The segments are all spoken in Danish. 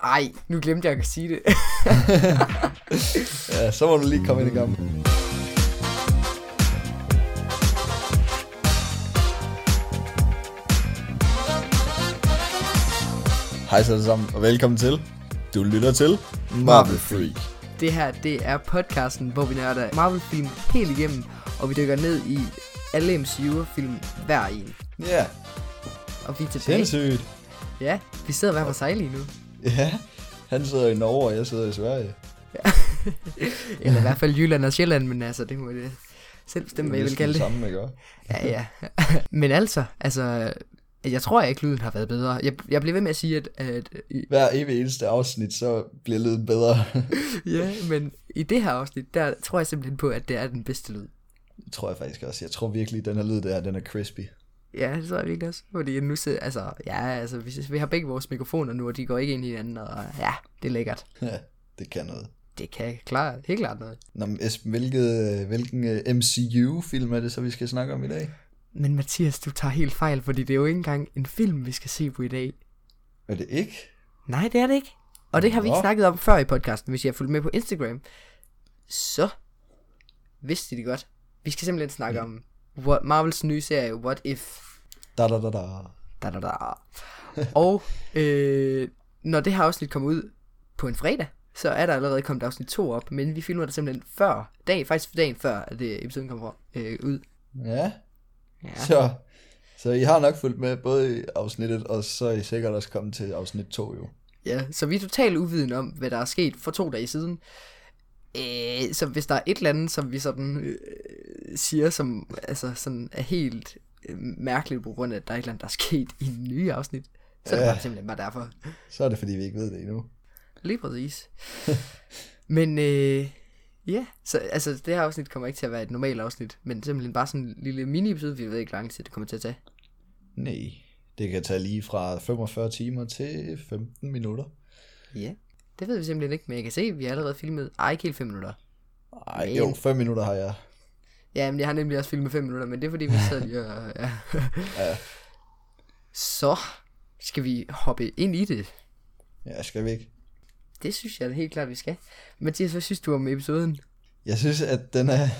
Ej, nu glemte jeg at sige det. Ja, så må du lige komme ind i gang. Hej så alle sammen, og velkommen til. Du lytter til Marvel Freak. Det her, det er podcasten, hvor vi nørder Marvel-film helt igennem, og vi dykker ned i alle MCU-film hver en. Ja. Og vi er tilbage. Sindssygt. Ja, vi sidder hver for sig lige nu. Ja, han sidder i Norge, og jeg sidder i Sverige. Ja. Eller i hvert fald Jylland og Sjælland, men altså, det må det selv bestemme, hvad jeg vil kalde det. Samme, ikke? Ja. Men altså, jeg tror ikke, lyden har været bedre. Jeg bliver ved med at sige, at hver evig eneste afsnit, så bliver lyden bedre. Ja, men i det her afsnit, der tror jeg simpelthen på, at det er den bedste lyd. Det tror jeg faktisk også. Jeg tror virkelig, at den her lyd der, den er crispy. Ja, det tror jeg virkelig også. Fordi nu vi har begge vores mikrofoner nu, og de går ikke ind i hinanden, og ja, det er lækkert. Ja, det kan noget. Det kan helt klart noget. Nå, men Esben, hvilken MCU-film er det så, vi skal snakke om i dag? Men Mathias, du tager helt fejl, fordi det er jo ikke engang en film, vi skal se på i dag. Er det ikke? Nej, det er det ikke. Og det har vi ikke snakket om før i podcasten. Hvis I har fulgt med på Instagram, så vidste I det godt. Vi skal simpelthen snakke om Marvels nye serie, What If. Da. Og når det her afsnit kommer ud på en fredag, så er der allerede kommet afsnit 2 op. Men vi filmer det simpelthen faktisk dagen før, at episoden kommer ud. Ja. Så I har nok fulgt med både i afsnittet, og så er I sikkert også kommet til afsnit 2 jo. Ja, så vi er totalt uviden om, hvad der er sket for 2 dage siden. Så hvis der er et eller andet, som vi sådan siger, som altså sådan er helt mærkeligt på grund af, at der er et eller andet, der er sket i den nye afsnit, så er det bare simpelthen bare derfor. Så er det, fordi vi ikke ved det endnu. Lige præcis. Men ja, så altså det her afsnit kommer ikke til at være et normalt afsnit, men simpelthen bare sådan en lille mini-episode, vi ved ikke, hvor lang tid det kommer til at tage. Nej, det kan tage lige fra 45 timer til 15 minutter. Ja, det ved vi simpelthen ikke, men jeg kan se, at vi har allerede filmet, ikke helt 5 minutter. Nej, jo, 5 minutter har jeg. Ja, men jeg har nemlig også filmet 5 minutter, men det er fordi, vi sad lige og... Ja. Så skal vi hoppe ind i det. Ja, skal vi ikke? Det synes jeg helt klart, vi skal. Mathias, hvad synes du om episoden? Jeg synes, at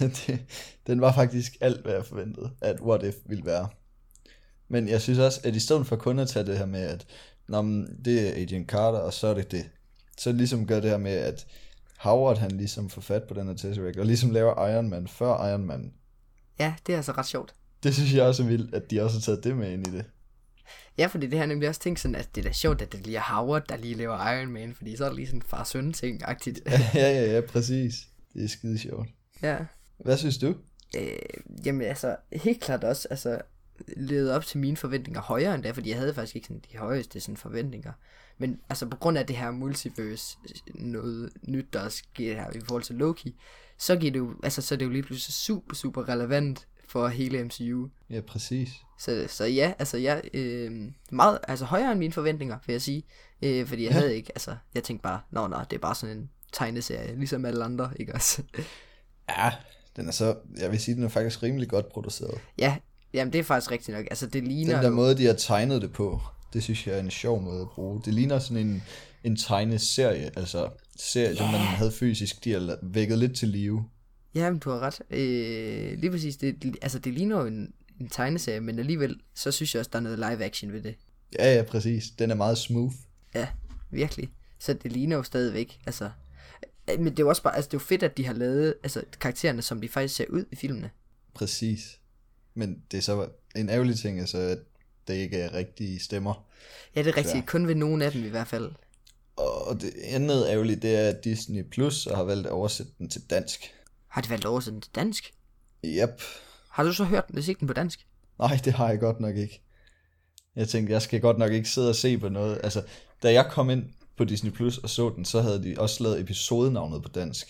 den var faktisk alt, hvad jeg forventede, at What If ville være. Men jeg synes også, at i stedet for kun at tage det her med, at det er Agent Carter, og så er det, så ligesom gør det her med, at Howard han ligesom får fat på den her Tesseract, og ligesom laver Iron Man før Iron Man. Ja, det er altså ret sjovt. Det synes jeg også er vildt, at de også har taget det med ind i det. Ja, fordi det har nemlig også tænkt sådan, at det er da sjovt, at det lige er Howard, der lige laver Iron Man, fordi så er det lige sådan far-søn-ting-agtigt. Ja, præcis. Det er skide sjovt. Ja. Hvad synes du? Jamen altså, helt klart også, altså, levede op til mine forventninger højere end det, fordi jeg havde faktisk ikke sådan de højeste sådan forventninger. Men altså på grund af det her multiverse, noget nyt, der sker her i forhold til Loki, så giver det jo, altså så er det jo lige pludselig super, super relevant for hele MCU. Ja, præcis. Så ja, altså jeg meget, altså højere end mine forventninger, vil jeg sige. Fordi jeg havde ikke, altså, jeg tænkte bare, nå, det er bare sådan en tegneserie, ligesom alle andre, ikke også? Ja, den er så, jeg vil sige, den er faktisk rimelig godt produceret. Ja, jamen det er faktisk rigtigt nok, altså det ligner den der måde, de har tegnet det på, det synes jeg er en sjov måde at bruge. Det ligner sådan en tegneserie, altså serie, som man havde fysisk, de har vækket lidt til live. Jamen, du har ret. Lige præcis, det ligner jo en tegneserie, men alligevel, så synes jeg også, der er noget live action ved det. Ja, præcis. Den er meget smooth. Ja, virkelig. Så det ligner jo stadigvæk, altså. Men det er jo også bare, altså det er jo fedt, at de har lavet, altså karaktererne, som de faktisk ser ud i filmene. Præcis. Men det er så en ærgerlig ting, altså, at det ikke er rigtige stemmer. Ja, det er rigtigt. Kun ved nogen af dem i hvert fald. Og det andet ærgerlige, det er, at Disney Plus har valgt at oversætte den til dansk. Har de valgt at oversætte den til dansk? Yep. Har du så hørt den, den på dansk? Nej, det har jeg godt nok ikke. Jeg tænkte, jeg skal godt nok ikke sidde og se på noget. Altså, da jeg kom ind på Disney Plus og så den, så havde de også lavet episodenavnet på dansk.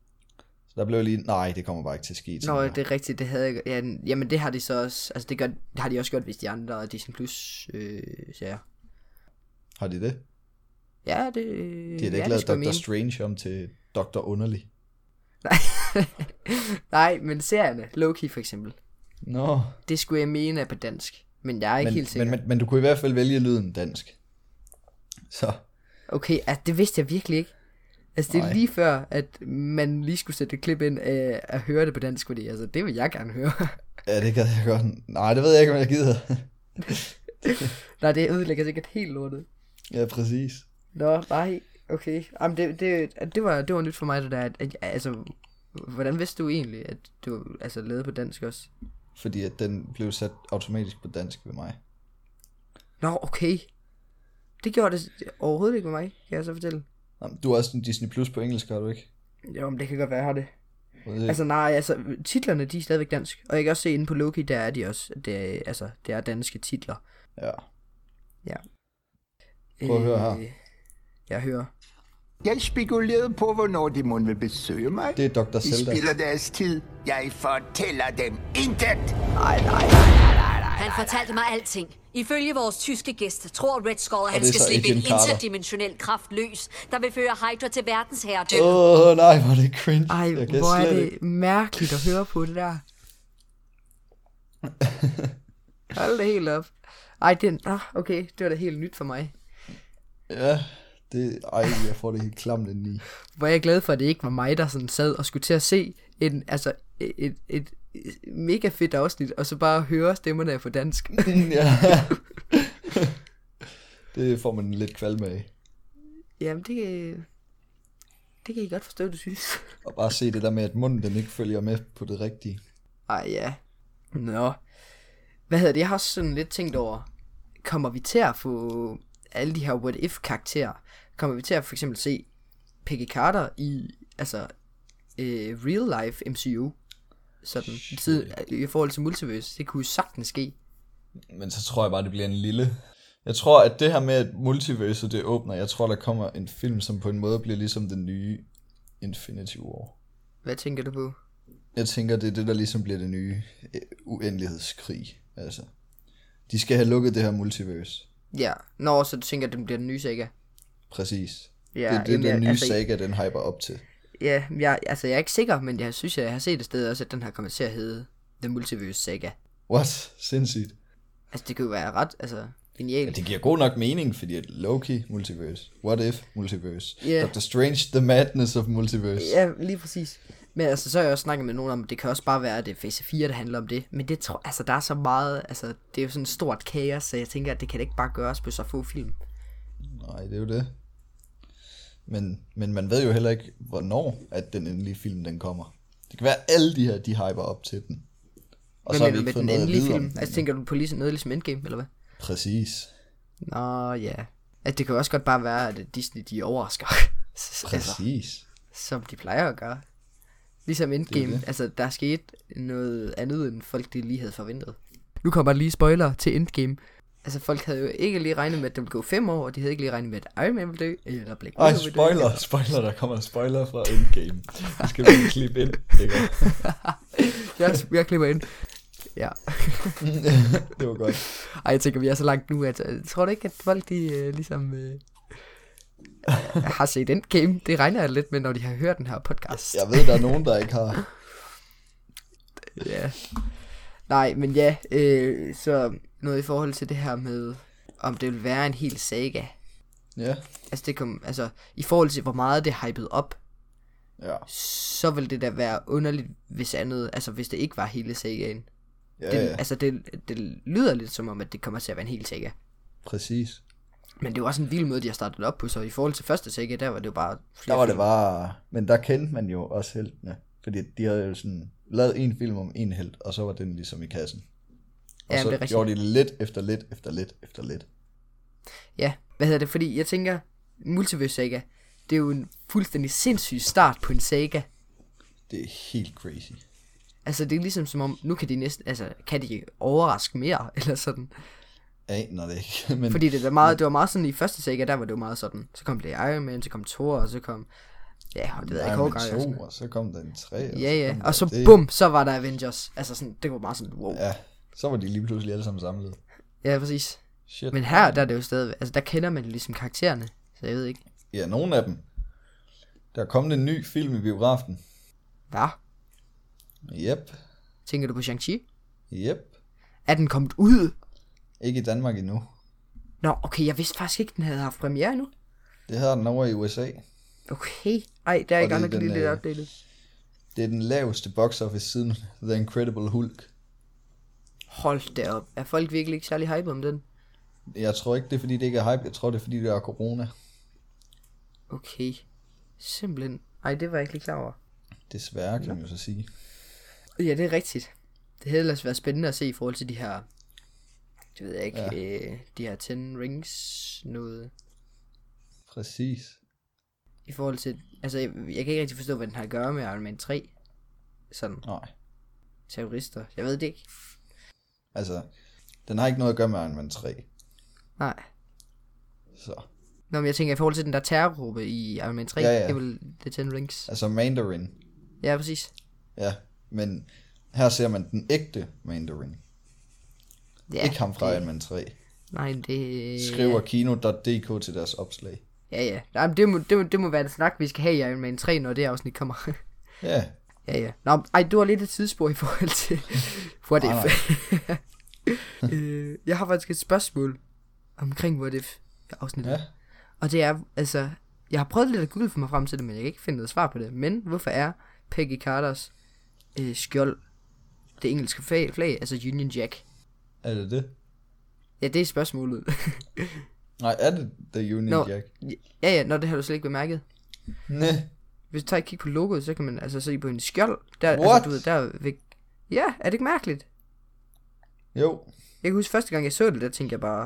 Så der blev lige, nej, det kommer bare ikke til at ske. Nå, det er rigtigt, det havde jeg, ja, jamen det har de så også, altså det har de også gjort, hvis de andre Disney Plus serier. Har de det? Ja, det... De har da ikke lavet Dr. Strange om til Dr. Underlig. Nej. Nej, men serierne, Loki for eksempel. Nå. Det skulle jeg mene er på dansk, men jeg er ikke helt sikker. Men du kunne i hvert fald vælge lyden dansk. Så. Okay, det vidste jeg virkelig ikke. Altså, det er Nej. lige før, at man lige skulle sætte et klip ind af at høre det på dansk, fordi altså, det vil jeg gerne høre. Ja, det gad jeg godt. Nej, det ved jeg ikke, om jeg gider. Nej, det ødelægger sikkert helt lortet. Ja, præcis. Nå, nej, okay. Jamen, det var nyt for mig, det der. Altså, hvordan vidste du egentlig, at du var altså, lavet på dansk også? Fordi at den blev sat automatisk på dansk ved mig. Nå, okay. Det gjorde det overhovedet ikke med mig, kan jeg så fortælle. Jamen, du har også en Disney Plus på engelsk, har du ikke? Jo, men det kan godt være, jeg har det. Det Altså nej, altså titlerne, de er stadigvæk dansk. Og jeg kan også se inde på Loki, der er de også. Det er danske titler. Ja. Ja. Prøv at høre her. Jeg hører. Jeg spekulerede på, hvornår de må vil besøge mig. Det er Dr. De Zelda. spilder deres tid. Jeg fortæller dem intet. Nej. Han fortalte mig alting. Ifølge vores tyske gæst tror Red Skull, at han det er skal så slippe en Agent Carter. interdimensionel kraft løs, der vil føre Hydra til verdensherredømme. Nej, hvor er det cringe. Ej, Jeg kan hvor er slet det ikke. mærkeligt at høre på det der. Hold det helt op. Ej, okay, det var da helt nyt for mig. Ja, jeg får det helt klamt indeni. Hvor jeg er glad for, at det ikke var mig, der sådan sad og skulle til at se et mega fedt afsnit, og så bare høre stemmerne på dansk. Ja. Det får man lidt kvalme af. Jamen, det kan I godt forstå, du synes. Og bare se det der med, at munden den ikke følger med på det rigtige. Ej, ja. Nå. Hvad hedder det? Jeg har også sådan lidt tænkt over, kommer vi til at få alle de her what if karakterer? Kommer vi til at for eksempel se Peggy Carter i, altså, real life MCU? Sådan, i forhold til multiverse. Det kunne jo sagtens ske. Men så tror jeg bare, det bliver en lille... Jeg tror, at det her med, at multiverset det åbner, jeg tror, der kommer en film, som på en måde bliver ligesom den nye Infinity War. Hvad tænker du på? Jeg tænker, det er det, der ligesom bliver det nye uendelighedskrig. Altså, de skal have lukket det her multiverse. Ja, når så du tænker, at den bliver den nye saga. Præcis. Ja, det er jamen, den nye altså, saga, den hyper op til. Ja, jeg er ikke sikker, men jeg synes, jeg har set et sted også, at den her kommer til at hedde The Multiverse Saga. What? Sindssygt. Altså, det kunne jo være ret, altså, genialt. Ja, det giver god nok mening, fordi at Loki multiverse, What If multiverse, Yeah. Doctor Strange the madness of multiverse. Ja, lige præcis. Men altså, så har jeg også snakket med nogen om, at det kan også bare være, at det er fase 4, der handler om det. Men det tror altså, der er så meget, altså, det er jo sådan et stort kaos, så jeg tænker, at det kan ikke bare gøres på så få film. Nej, det er jo det. Men man ved jo heller ikke, hvornår at den endelige film, den kommer. Det kan være, at alle de her, de hyper op til den. Og Hvad så har mener vi du ikke med fået den noget at endelige vide film? om den. Altså, tænker du på noget ligesom Endgame, eller hvad? Præcis. Nå, ja. At det kan også godt bare være, at Disney, de overrasker. Altså, Præcis. som de plejer at gøre. Ligesom Endgame, det. altså der skete noget andet, end folk de lige havde forventet. Nu kommer der lige spoiler til Endgame. Altså folk havde jo ikke lige regnet med, at det ville gå 5 år, og de havde ikke lige regnet med, at Iron Man ville dø, eller Black Ej, Widow ville dø. spoiler, der kommer spoiler fra Endgame. Det skal vi klippe ind, ikke? Jeg klipper ind. Ja. Det var godt. Ej, jeg tænker, vi er så langt nu, at jeg tror du ikke, at folk de ligesom har set Endgame? Det regner jeg lidt med, når de har hørt den her podcast. Jeg ved, der er nogen, der ikke har. Ja. Nej, men ja, så noget i forhold til det her med, om det vil være en hel saga. Ja. Altså, i forhold til, hvor meget det er hypet op, Ja. så vil det da være underligt, hvis det ikke var hele sagaen. Ja, ja. Altså, det lyder lidt som om, at det kommer til at være en hel saga. Præcis. Men det er jo også en vild måde, de har startet op på, så i forhold til første saga, der var det jo bare flere Der var det film. bare... Men der kendte man jo også heltene. Fordi de havde jo sådan lavet en film om en helt, og så var den ligesom i kassen. Og Ja, så det er rigtigt. gjorde de det lidt efter lidt. Ja, hvad hedder det? Fordi jeg tænker, Multiverse Saga, det er jo en fuldstændig sindssyg start på en saga. Det er helt crazy. Altså, det er ligesom som om, nu kan de næsten, altså, kan de overraske mere, eller sådan. Jeg aner det ikke. Men Fordi det var meget sådan, i første saga, der var det jo meget sådan. Så kom det Iron Man, så kom Thor, og så kom, ja, det ved jeg ikke, Hawkeye og sådan. og så kom der en 3. Ja, og så det. bum, så var der Avengers. Altså sådan, det var meget sådan, wow. Ja, så var de lige pludselig alle sammen samlet. Ja, præcis. Shit. Men her, der er det jo stadig, altså der kender man ligesom karaktererne, så jeg ved ikke. Ja, nogle af dem. Der er kommet en ny film i biografen. Hvad? Yep. Tænker du på Shang-Chi? Yep. Er den kommet ud? Ikke i Danmark endnu. Nå, okay, jeg vidste faktisk ikke, den havde haft premiere endnu. Det har den over i USA. Okay. Ej, der er ikke Og det er andre, der kan lide den, lidt updated. Det er den laveste box office siden The Incredible Hulk. Hold da op. Er folk virkelig ikke særlig hype om den? Jeg tror ikke, det er fordi, det ikke er hype. Jeg tror, det er fordi, det er corona. Okay. Simpelthen. Ej, det var jeg ikke lige klar over. Desværre, kan man jo så sige. Ja, det er rigtigt. Det havde ellers været spændende at se i forhold til de her, det ved jeg ikke, de her 10 rings noget. Præcis. I forhold til, altså jeg kan ikke rigtig forstå, hvad den har at gøre med Iron Man 3. Sådan, Nej. terrorister. Jeg ved det ikke. Altså, den har ikke noget at gøre med Iron Man 3. Nej. Så. Nå, men jeg tænker i forhold til den der terrorgruppe i Iron Man 3, Ja. det er vel The 10 Rings. Altså Mandarin. Ja, præcis. Ja, men her ser man den ægte Mandarin. Ja, Ikke ham fra det, Iron Man 3. nej, det... Skriver kino.dk til deres opslag. Ja. Jamen, det må være en snak, vi skal have i Iron Man 3, når det afsnit kommer. Ja. Ja. Nå, ej, du har lidt et tidsspor i forhold til... What if? Jeg har faktisk et spørgsmål omkring What if afsnittet. Ja. Og det er, altså... Jeg har prøvet lidt at google for mig frem til det, men jeg kan ikke finde noget svar på det. Men hvorfor er Peggy Carters skjold det engelske flag, altså Union Jack? Er det det? Ja, det er spørgsmålet. Nej, er det The Union Jack? Ja, det har du slet ikke bemærket. Nej. Hvis du tager et kig på logoet, så kan man altså se på en skjold. Der, What? altså, du ved, der væk. Ja, er det ikke mærkeligt? Jo. Jeg kan huske første gang jeg så det, der tænkte jeg bare,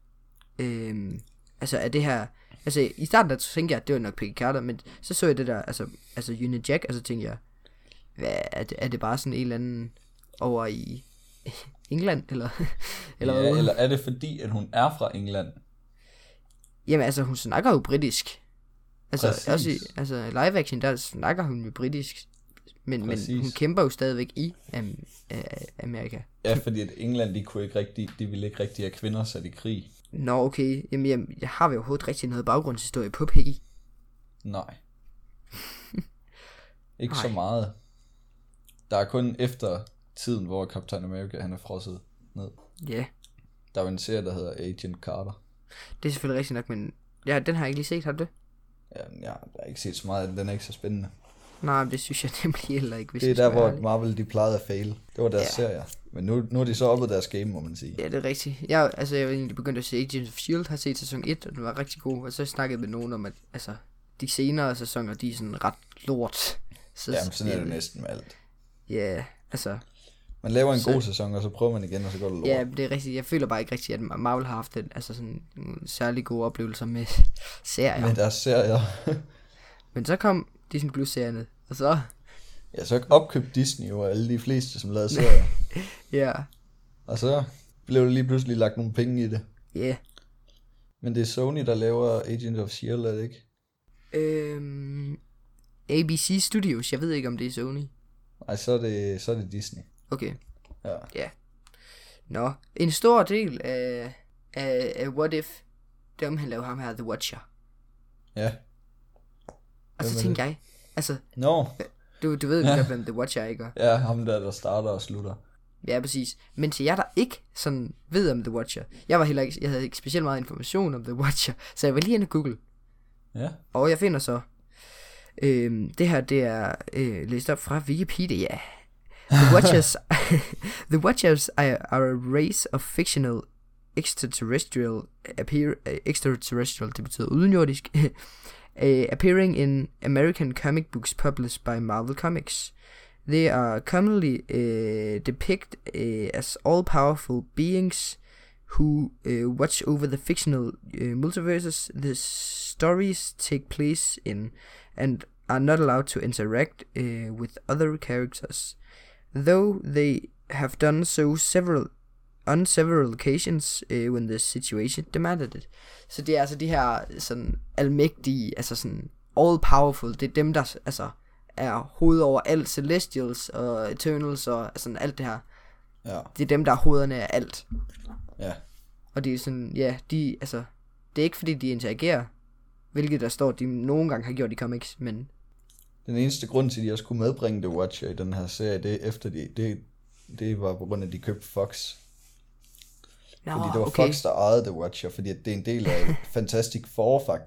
altså er det her, altså i starten der tænkte jeg, at det var nok Peggy Carter, men så jeg det der, altså Union Jack, og så tænkte jeg, hvad, er det bare sådan en eller anden over i England, eller Ja, hvad? eller er det fordi, at hun er fra England? Jamen altså, hun snakker jo britisk. Altså, Præcis. også i live action, der snakker hun jo britisk. Men hun kæmper jo stadigvæk i Amerika. Ja, fordi at England, de ville ikke rigtig have kvinder sat i krig. Nå, okay. Jamen, jeg har jo overhovedet rigtig noget baggrundshistorie på Peggy. Nej. Ikke Nej. så meget. Der er kun efter tiden, hvor Captain America han er frosset ned. Ja, Der er jo en serie, der hedder Agent Carter. det er selvfølgelig rigtigt nok, men ja, den har jeg ikke lige set, har du det? Ja, jeg har ikke set så meget af den. Den er ikke så spændende. Nej, men det synes jeg nemlig heller ikke, hvis Det er jeg skal der, være hvor ærlig. Marvel de plejede at fail. Det var deres serier. Men nu er de så oppe deres game, må man sige. Ja, det er rigtigt. Jeg er jo egentlig begyndt at se Agents of S.H.I.E.L.D., har set sæson 1, og den var rigtig god. Og så snakkede jeg med nogen om, at altså, de senere sæsoner, de er sådan ret lort. Så, Jamen, sådan er det næsten med alt. Ja, altså... Man laver en god sæson, og så prøver man igen, og så går det lort. Ja, det er rigtigt. Jeg føler bare ikke rigtigt, at Marvel har haft altså sådan nogle særlig gode oplevelser med serier. Men deres serier. Men så kom Disney Plus-serierne, og så... Ja, så opkøbte Disney jo alle de fleste, som lavede serier. Ja, Og så blev der lige pludselig lagt nogle penge i det. ja. Men det er Sony, der laver Agent of S.H.I.E.L.D., er det ikke? ABC Studios, jeg ved ikke, om det er Sony. Nej, så er det Disney. Okay, Ja. ja. Nå, en stor del af What If, det omhandler jo ham her, The Watcher. Ja. Og så Hvem er tænker jeg, altså, Nå. du ved jo godt, hvem The Watcher er, ikke? Ja, ham der starter og slutter. Ja, præcis. Men til jer, der ikke sådan ved om The Watcher, jeg havde ikke specielt meget information om The Watcher, så jeg var lige inde på Google. Ja. Og jeg finder så, det her, det er læst op fra Wikipedia. The Watchers are a race of fictional extraterrestrial, det betyder udenjordisk, appearing in American comic books published by Marvel Comics. They are commonly depicted as all-powerful beings who watch over the fictional multiverses the stories take place in, and are not allowed to interact with other characters, though they have done so on several occasions when the situation demanded it. Så det er altså de her sådan almægtige, altså sådan all-powerful, det er dem, der altså er hoved over alt, Celestials og Eternals og sådan alt det her. Ja. Det er dem, der er hovederne af alt. Ja. Og det er sådan, ja, det er ikke fordi, de interagerer, hvilket der står, de nogle gange har gjort i comics, men... Den eneste grund til, at de også kunne medbringe The Watcher i den her serie, det er efter det var på grund af, at de købte Fox. Nå, Fordi det var okay. Fox, der ejede The Watcher, fordi det er en del af Fantastic Four, faktisk.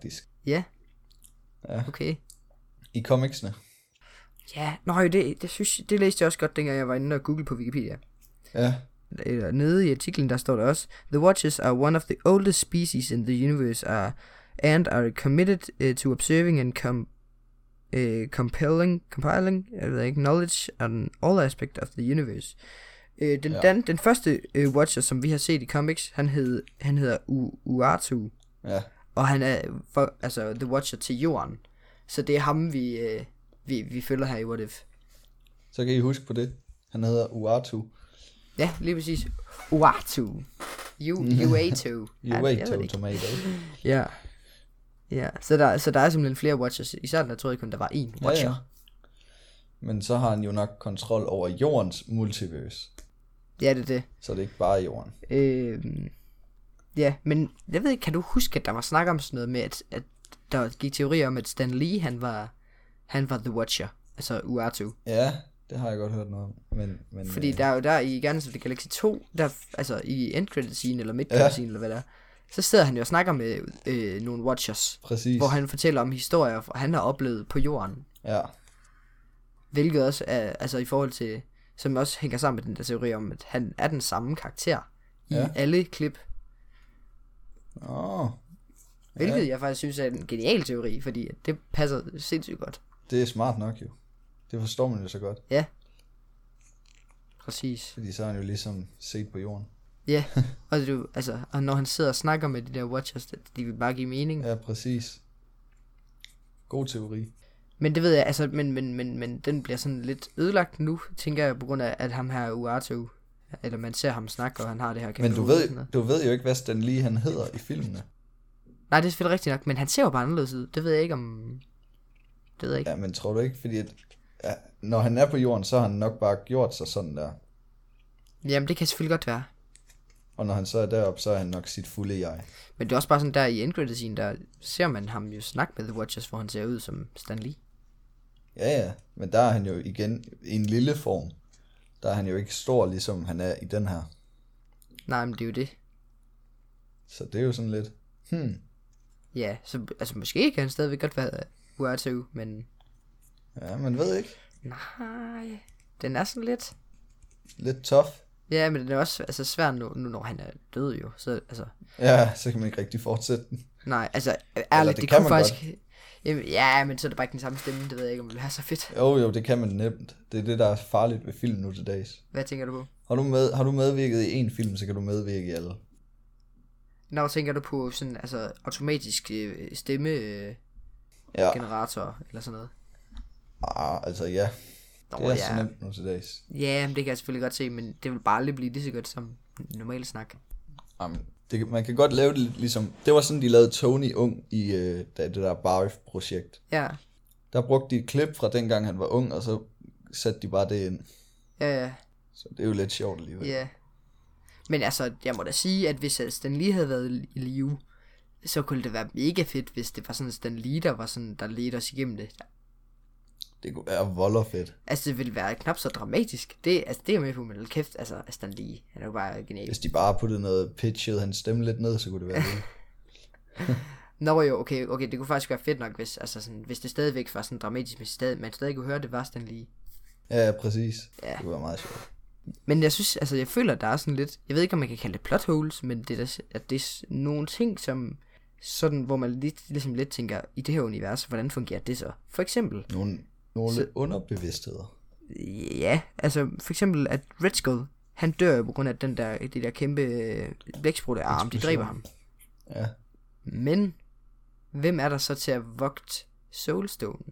Ja. Ja. Okay. I comicsene. Ja, det læste jeg også godt, dengang jeg var inde og google på Wikipedia. Ja. Nede i artiklen, der står der også, The Watchers are one of the oldest species in the universe and are committed to observing and compiling knowledge on all aspects of the universe. Den første Watcher, som vi har set i comics, han hedder Uatu. Ja. Og han er The Watcher til jorden. Så det er ham, vi følger her i What If. Så kan I huske på det. Han hedder Uatu. Ja, lige præcis. Uatu. Uatu. Uatu tomato. Ja. Ja, så der er simpelthen flere Watchers. Især der troede jeg kun, der var én Watcher. Ja. Men så har han jo nok kontrol over jordens multiverse. Ja, det er det. Så det er ikke bare jorden. Ja, men jeg ved ikke, kan du huske, at der var snak om sådan noget med, at der gik teorier om, at Stan Lee, han var The Watcher. Altså Uatu. Ja, det har jeg godt hørt noget om. Men fordi der er jo der i Guardians of the Galaxy 2, der, altså i end credit scene, eller mid credit scene, eller hvad der er, så sidder han jo og snakker med nogle Watchers. Præcis. Hvor han fortæller om historier, han har oplevet på jorden. Ja. Hvilket også er, altså i forhold til, som også hænger sammen med den der teori om, at han er den samme karakter i alle klip. Hvilket jeg faktisk synes er en genial teori, fordi det passer sindssygt godt. Det er smart nok jo. Det forstår man jo så godt. Ja. Præcis. Fordi så er han jo ligesom set på jorden. Ja, og når han sidder og snakker med de der Watchers, de vil bare give mening. Ja, præcis. God teori. Men det ved jeg, altså, men den bliver sådan lidt ødelagt nu, tænker jeg, på grund af, at ham her Uatu, eller man ser ham snakke, og han har det her kæmpe. Men du ved jo ikke, hvad Stan Lee han hedder i filmene. Nej, det er selvfølgelig rigtigt nok, men han ser jo bare anderledes ud. Det ved jeg ikke om... Det ved jeg ikke. Ja, men tror du ikke, fordi når han er på jorden, så har han nok bare gjort sig sådan der. Jamen, det kan selvfølgelig godt være. Og når han så er deroppe, så er han nok sit fulde jeg. Men det er også bare sådan, der i end credit scene, der ser man ham jo snakke med The Watchers, hvor han ser ud som Stan Lee. Ja, men der er han jo igen i en lille form. Der er han jo ikke stor, ligesom han er i den her. Nej, men det er jo det. Så det er jo sådan lidt, Ja, så altså måske kan han stadigvæk godt være Uatu, men... Ja, man ved ikke. Nej, den er sådan lidt... Lidt tough. Ja, men den er også altså, svær nu, når han er død jo, så altså... Ja, så kan man ikke rigtig fortsætte den. Nej, altså ærligt, det kunne faktisk... Jamen, ja, men så er det bare ikke den samme stemme, det ved jeg ikke, om det vil have så fedt. Jo, det kan man nemt. Det er det, der er farligt ved film nu til dags. Hvad tænker du på? Har du medvirket i en film, så kan du medvirke i alle. Når tænker du på sådan, altså automatisk stemme generator eller sådan noget? Altså ja. Det er så nemt nu til dags. Ja, men det kan jeg selvfølgelig godt se, men det vil bare aldrig blive lige så godt som normal snak. Jamen, man kan godt lave det ligesom... Det var sådan, de lavede Tony ung i det der Barf-projekt. Ja. Der brugte de et klip fra dengang han var ung, og så satte de bare det ind. Ja. Så det er jo lidt sjovt alligevel. Ja. Men altså, jeg må da sige, at hvis Stan Lee havde været i live, så kunne det være mega fedt, hvis det var sådan Stan Lee, der var sådan, der ledte os igennem det. Det kunne være volderfedt. Altså, det ville være knap så dramatisk. Det er med på, men kæft, altså, Stan Lee, han er jo bare genial. Hvis de bare puttede noget pitchet hans stemme lidt ned, så kunne det være det. Nå jo, okay, det kunne faktisk være fedt nok, hvis det stadigvæk var sådan dramatisk, men man stadig kunne høre, det var Stan Lee. Ja, præcis. Ja. Det kunne være meget sjovt. Men jeg synes, altså jeg føler, der er sådan lidt, jeg ved ikke, om man kan kalde det plot holes, men det er, at det er nogle ting, som sådan, hvor man ligesom lidt tænker, i det her univers, hvordan fungerer det så? For eksempel. Nogle underbevidstheder. Ja, altså for eksempel, at Red Skull, han dør jo på grund af de der kæmpe blæksprutte arm, de dræber ham. Ja. Men, hvem er der så til at vogte Soulstone?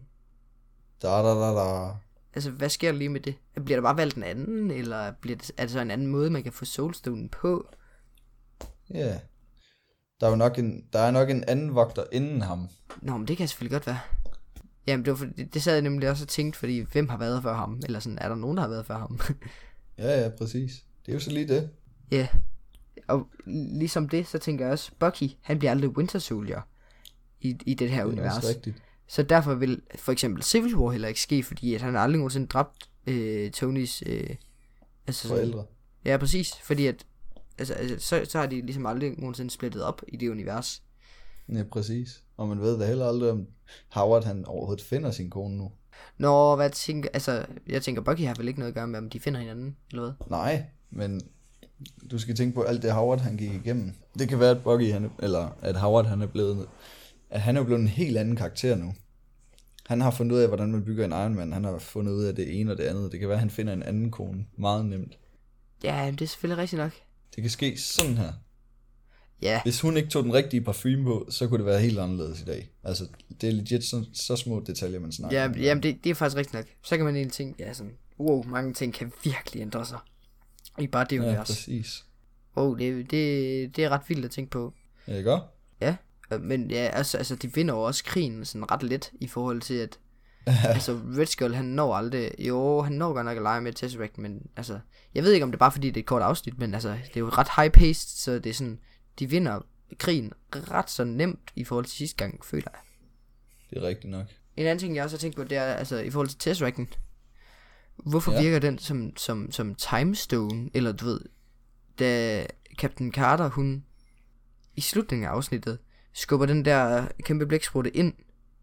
Da. Altså, hvad sker der lige med det? Bliver der bare valgt en anden, eller er det så en anden måde, man kan få Soulstone på? Ja. Der er nok en anden vogter inden ham. Nå, men det kan selvfølgelig godt være. Jamen, det sad jeg nemlig også og tænkt, fordi hvem har været før ham? Eller sådan, er der nogen, der har været før ham? Ja, præcis. Det er jo så lige det. Ja. Og ligesom det, så tænker jeg også, Bucky, han bliver aldrig Winter Soldier i det her univers. Det er rigtigt. Så derfor vil for eksempel Civil War heller ikke ske, fordi at han aldrig nogensinde dræbt Tonys forældre. Ja, præcis. Fordi at så har de ligesom aldrig nogensinde splittet op i det univers. Ja, præcis. Og man ved da heller aldrig, om Howard han overhovedet finder sin kone nu. Nå, hvad tænker... Altså, jeg tænker, Bucky har vel ikke noget at gøre med, om de finder hinanden, eller hvad? Nej, men du skal tænke på alt det Howard han gik igennem. Det kan være, at Bucky, at Howard han er blevet... At han er blevet en helt anden karakter nu. Han har fundet ud af, hvordan man bygger en Iron Man. Han har fundet ud af det ene og det andet. Det kan være, at han finder en anden kone. Meget nemt. Ja, det er selvfølgelig rigtigt nok. Det kan ske sådan her. Ja. Hvis hun ikke tog den rigtige parfume på, så kunne det være helt anderledes i dag. Altså, det er legit så små detaljer, man snakker om. Jamen, det er faktisk rigtigt nok. Så kan man egentlig tænke, ja, sådan, wow, mange ting kan virkelig ændre sig. Ikke bare det univers. Ja, præcis. Wow, det er ret vildt at tænke på. Ja, ikke godt? Ja, men ja, altså de vinder jo også krigen sådan ret let i forhold til, at altså Red Skull, han når aldrig, jo, han når godt nok at lege med Tesseract, men altså, jeg ved ikke, om det er bare fordi, det er et kort afsnit, men altså, det er jo ret high-paced, så det er sådan, de vinder krigen ret så nemt i forhold til sidste gang, føler jeg. Det er rigtigt nok. En anden ting, jeg også har tænkt på, det er, altså, i forhold til Tesseracten, hvorfor virker den som Time Stone, eller du ved, da Captain Carter, hun i slutningen af afsnittet skubber den der kæmpe blæksprutte ind,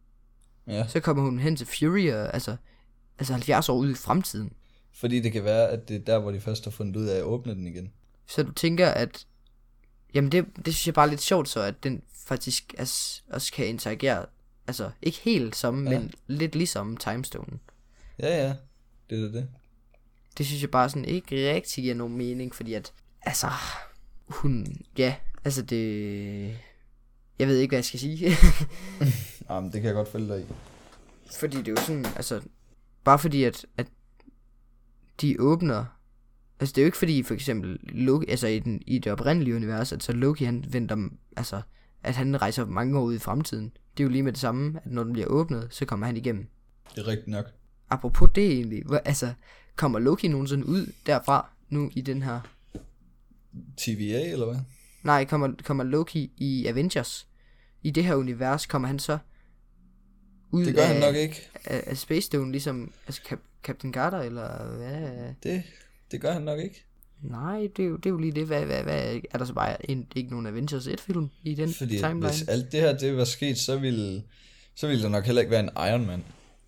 så kommer hun hen til Fury, altså 70 år ude i fremtiden. Fordi det kan være, at det er der, hvor de først har fundet ud af at åbne den igen. Så du tænker, at jamen det synes jeg bare er lidt sjovt, så at den faktisk også kan interagere, altså ikke helt som, men lidt ligesom Time Stone. Ja, det er det. Det synes jeg bare sådan ikke rigtig giver nogen mening, fordi at, altså, hun, ja, altså det, jeg ved ikke, hvad jeg skal sige. Jamen, det kan jeg godt følge dig i. Fordi det er jo sådan, altså, bare fordi at de åbner, altså det er jo ikke fordi for eksempel Loki, altså i det oprindelige univers, at så Loki han venter, altså at han rejser mange år ud i fremtiden. Det er jo lige med det samme, at når den bliver åbnet, så kommer han igennem. Det er rigtigt nok. Apropos det egentlig, altså kommer Loki nogensinde ud derfra nu i den her? TVA eller hvad? Nej, kommer Loki i Avengers? I det her univers kommer han så ud det gør han nok ikke. Af Space Stone, ligesom altså Captain Carter, eller hvad? Det gør han nok ikke. Nej, det er jo lige det. Hvad er der så bare ikke nogen Avengers 1-film i den timeline? Hvis alt det her det var sket, så ville der nok heller ikke være en Iron Man.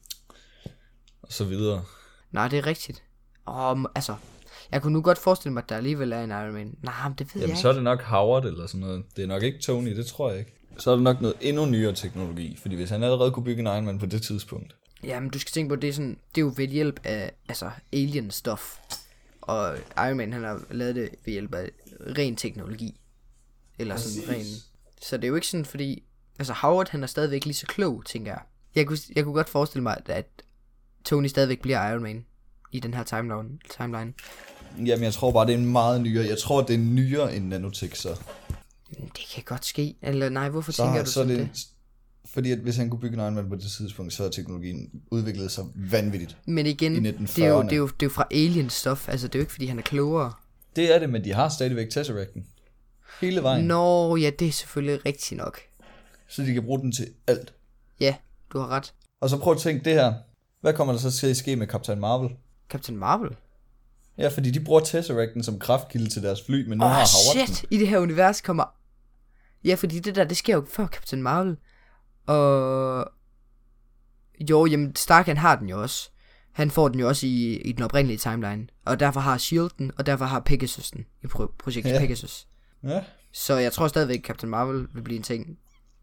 Og så videre. Nej, det er rigtigt. Altså, jeg kunne nu godt forestille mig, at der alligevel er en Iron Man. Nej, men det ved jeg ikke. Så er det nok Howard eller sådan noget. Det er nok ikke Tony, det tror jeg ikke. Så er det nok noget endnu nyere teknologi. Fordi hvis han allerede kunne bygge en Iron Man på det tidspunkt. Jamen, du skal tænke på, det er jo ved hjælp af altså alien stuff. Og Iron Man, han har lavet det ved hjælp af ren teknologi. Eller sådan ren. Så det er jo ikke sådan, fordi altså Howard, han er stadigvæk lige så klog, tænker jeg. Jeg kunne godt forestille mig, at Tony stadigvæk bliver Iron Man i den her timeline. Jamen, jeg tror bare, det er en meget nyere. Jeg tror, det er nyere end nanotech, så. Det kan godt ske. Eller nej, hvorfor tænker du sådan det? Fordi at hvis han kunne bygge en Iron Man på det tidspunkt, så har teknologien udviklet sig vanvittigt. Men igen, det er jo fra alien stuff. Altså, det er jo ikke, fordi han er klogere. Det er det, men de har stadigvæk Tesseracten. Hele vejen. Nå, ja, det er selvfølgelig rigtigt nok. Så de kan bruge den til alt. Ja, du har ret. Og så prøv at tænke det her. Hvad kommer der så til at ske med Captain Marvel? Captain Marvel? Ja, fordi de bruger Tesseracten som kraftkilde til deres fly, men nu har Howard shit, i det her univers kommer. Ja, fordi det sker jo før Captain Marvel. Og jo, jamen Stark han har den jo også. Han får den jo også i den oprindelige timeline. Og derfor har S.H.I.E.L.D. den, og derfor har Pegasus den i projektet Pegasus. Ja. Så jeg tror stadigvæk Captain Marvel vil blive en ting.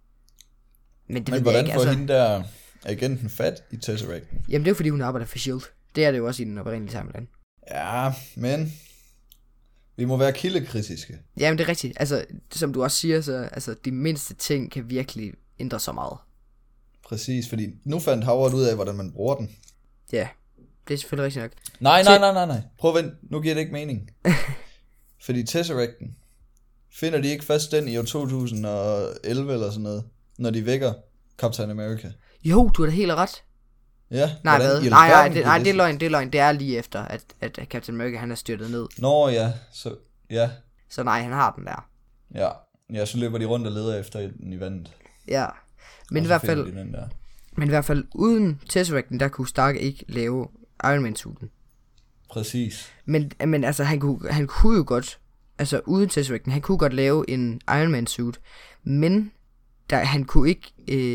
Men det ved hvordan jeg ikke, får hende der agenten fat i Tesseracten? Jamen det er jo fordi hun arbejder for S.H.I.E.L.D. Det er det jo også i den oprindelige timeline. Ja, men vi må være kildekritiske. Jamen det er rigtigt. Altså som du også siger, så altså de mindste ting kan virkelig ændre så meget. Præcis, fordi nu fandt Howard ud af, hvordan man bruger den. Ja, det er selvfølgelig rigtigt nok. Nej. Prøv at vent, nu giver det ikke mening. Fordi Tesseracten, finder de ikke først den i år 2011 eller sådan noget, når de vækker Captain America? Jo, du har da helt ret. Ja. Nej, hvad? Nej, det er løgn. Det er lige efter, at Captain America han er styrtet ned. Nå ja, så ja. Så nej, han har den der. Ja, så løber de rundt og leder efter den i vandet. Ja, men i hvert fald uden Tesseracten, der kunne Stark ikke lave Iron Man-suiten. Præcis. Men altså, han kunne jo godt, altså uden Tesseracten, han kunne godt lave en Iron Man-suit, men han kunne ikke,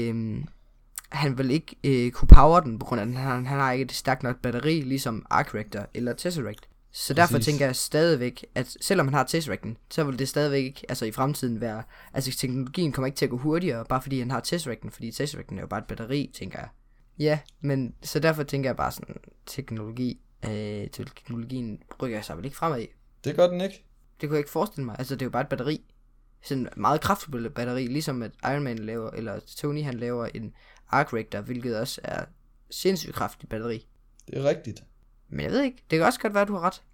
han vil ikke kunne power den, på grund af, at han har ikke et stærkt nok batteri, ligesom Arc Reactor eller Tesseract. Så derfor tænker jeg stadigvæk, at selvom han har Tesseracten, så vil det stadigvæk ikke, altså i fremtiden være, altså teknologien kommer ikke til at gå hurtigere, bare fordi han har Tesseracten, fordi Tesseracten er jo bare et batteri, tænker jeg. Ja, men så derfor tænker jeg bare sådan, teknologien rykker sig vel ikke fremad. Det gør den ikke. Det kunne jeg ikke forestille mig, altså det er jo bare et batteri. Sådan et meget kraftfuldt batteri, ligesom at Iron Man laver, eller Tony han laver en Arc Reactor, hvilket også er sindssygt kraftigt batteri. Det er rigtigt. Men jeg ved ikke, det kan også godt være, at du har ret.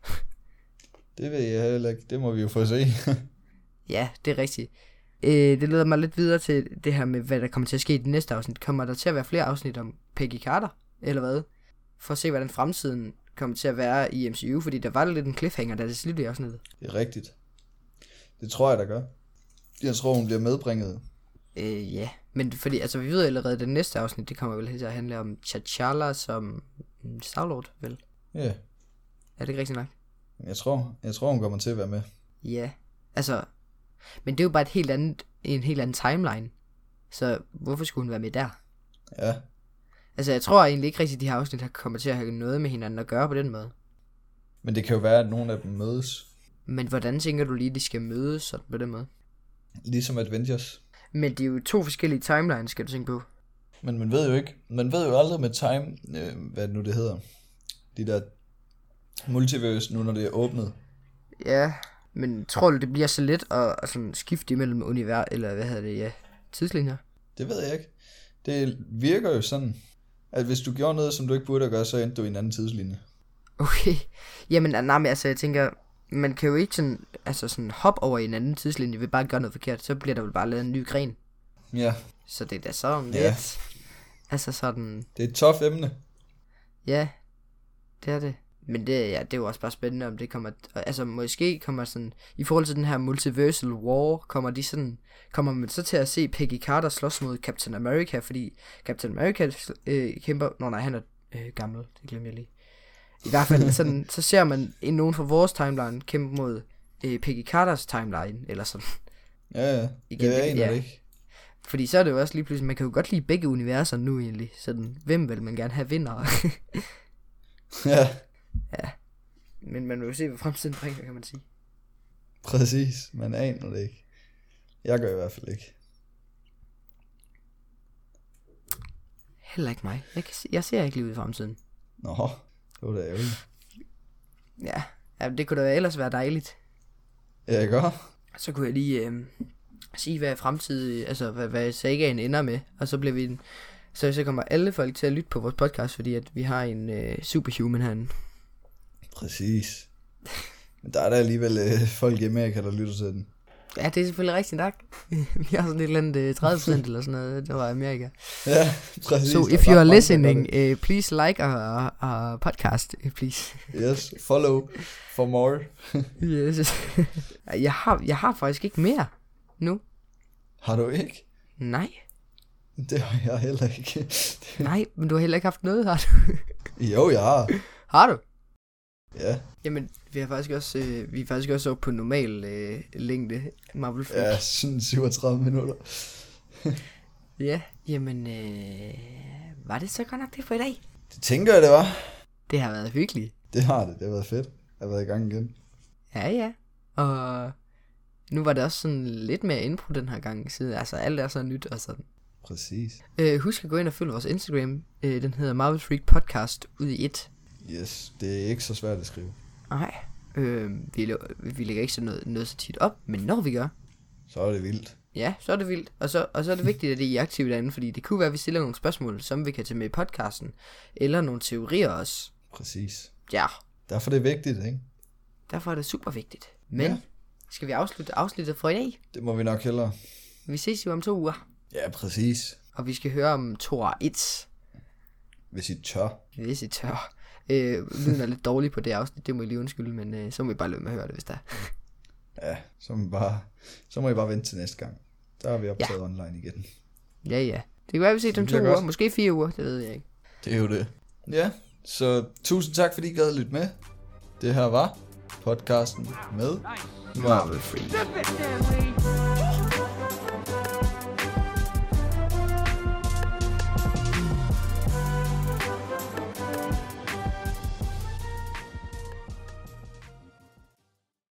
Det ved jeg heller ikke, det må vi jo få se. Ja, det er rigtigt. Det leder mig lidt videre til det her med, hvad der kommer til at ske i det næste afsnit. Kommer der til at være flere afsnit om Peggy Carter, eller hvad? For at se, hvordan fremtiden kommer til at være i MCU, fordi der var lidt en cliffhanger, da det sluttede i afsnittet. Det er rigtigt. Det tror jeg, der gør. Jeg tror, hun bliver medbringet. Ja, men fordi, altså vi ved allerede, at det næste afsnit, det kommer vel til at handle om T'Challa som Star-Lord, vel? Ja. Er det ikke rigtigt nok? Jeg tror, hun kommer til at være med. Ja, altså, men det er jo bare en helt anden timeline. Så hvorfor skulle hun være med der? Ja. Altså, jeg tror egentlig ikke rigtig, de her afsnit kommer til at have noget med hinanden at gøre på den måde. Men det kan jo være, at nogle af dem mødes. Men hvordan tænker du lige, de skal mødes sådan på den måde? Ligesom Avengers. Men det er jo 2 forskellige timelines, skal du tænke på. Men man ved jo aldrig med hvad nu det hedder. De der multiverse, nu når det er åbnet. Ja, men tror du, det bliver så let at sådan skifte imellem univers, eller hvad hedder det, ja, tidslinjer? Det ved jeg ikke. Det virker jo sådan, at hvis du gjorde noget, som du ikke burde gøre, så endte du i en anden tidslinje. Okay, jamen nej, men altså jeg tænker, man kan jo ikke sådan hoppe over i en anden tidslinje, ved bare at gøre noget forkert, så bliver der vel bare lavet en ny gren. Ja. Så det er da sådan lidt, ja. Altså sådan. Det er et tough emne. Ja, det er det. Men det er jo også bare spændende, om det kommer, altså måske kommer sådan, i forhold til den her multiversal war, kommer man så til at se Peggy Carter slås mod Captain America, fordi Captain America kæmper, han er gammel, det glemmer jeg lige. I hvert fald sådan, så ser man nogen fra vores timeline kæmpe mod Peggy Carters timeline, eller sådan. Ja, igen, det er ikke. Fordi så er det jo også lige pludselig, man kan jo godt lide begge universer nu egentlig, sådan, hvem vil man gerne have vinder? Ja. Ja, men man vil jo se, hvad fremtiden bringer, kan man sige. Præcis, man aner det ikke. Jeg gør i hvert fald ikke. Heller ikke mig. Jeg ser ikke livet i fremtiden. Nå, det var da ærgerligt. Ja, det kunne da ellers være dejligt. Ja, jeg gør. Så kunne jeg lige sige, hvad fremtiden, altså hvad sagaen ender med, og så bliver vi så kommer alle folk til at lytte på vores podcast, fordi at vi har en superhuman herinde. Præcis. Men der er der alligevel folk i Amerika, der lytter til den. Ja, det er selvfølgelig rigtigt nok. Vi har sådan et eller andet 30% eller sådan noget, det var Amerika. Ja, præcis. So if you are listening, please like our podcast, please. Yes, follow for more. Yes. Jeg har faktisk ikke mere nu. Har du ikke? Nej. Det har jeg heller ikke. Nej, men du har heller ikke haft noget, har du? Jo, jeg har. Har du? Ja. Jamen, vi er faktisk også oppe på normal længde Marvel Freak. Ja, sådan 37 minutter. Ja, jamen, var det så godt nok det for i dag? Det tænker jeg, det var. Det har været hyggeligt. Det har været fedt. Jeg har været i gang igen. Ja, og nu var det også sådan lidt mere intro den her gang, siden altså alt er så nyt og sådan. Præcis. Husk at gå ind og følge vores Instagram, den hedder Marvel Freak Podcast ud i et. Yes, det er ikke så svært at skrive. Nej, vi lægger ikke så noget så tit op, men når vi gør, så er det vildt. Ja, så er det vildt, og så er det vigtigt, at I er aktive derinde, fordi det kunne være, at vi stiller nogle spørgsmål, som vi kan tage med i podcasten, eller nogle teorier også. Præcis. Ja. Derfor er det vigtigt, ikke? Derfor er det super vigtigt. Men, skal vi afslutte afsnittet for i dag? Det må vi nok hellere. Vi ses jo om 2 uger. Ja, præcis. Og vi skal høre om Thor 1. Hvis I tør. Hvis I tør. Lyden er lidt dårlig på det afsnit, det må I lige undskylde, men så må I bare løbe med at høre det, hvis der er. Ja, så må I bare vente til næste gang. Der er vi optaget online igen. Ja. Det kan være, vi ser om 2 uger, godt. Måske 4 uger, det ved jeg ikke. Det er jo det. Ja, så tusind tak, fordi I gad lytte med. Det her var podcasten med Marvel Freak.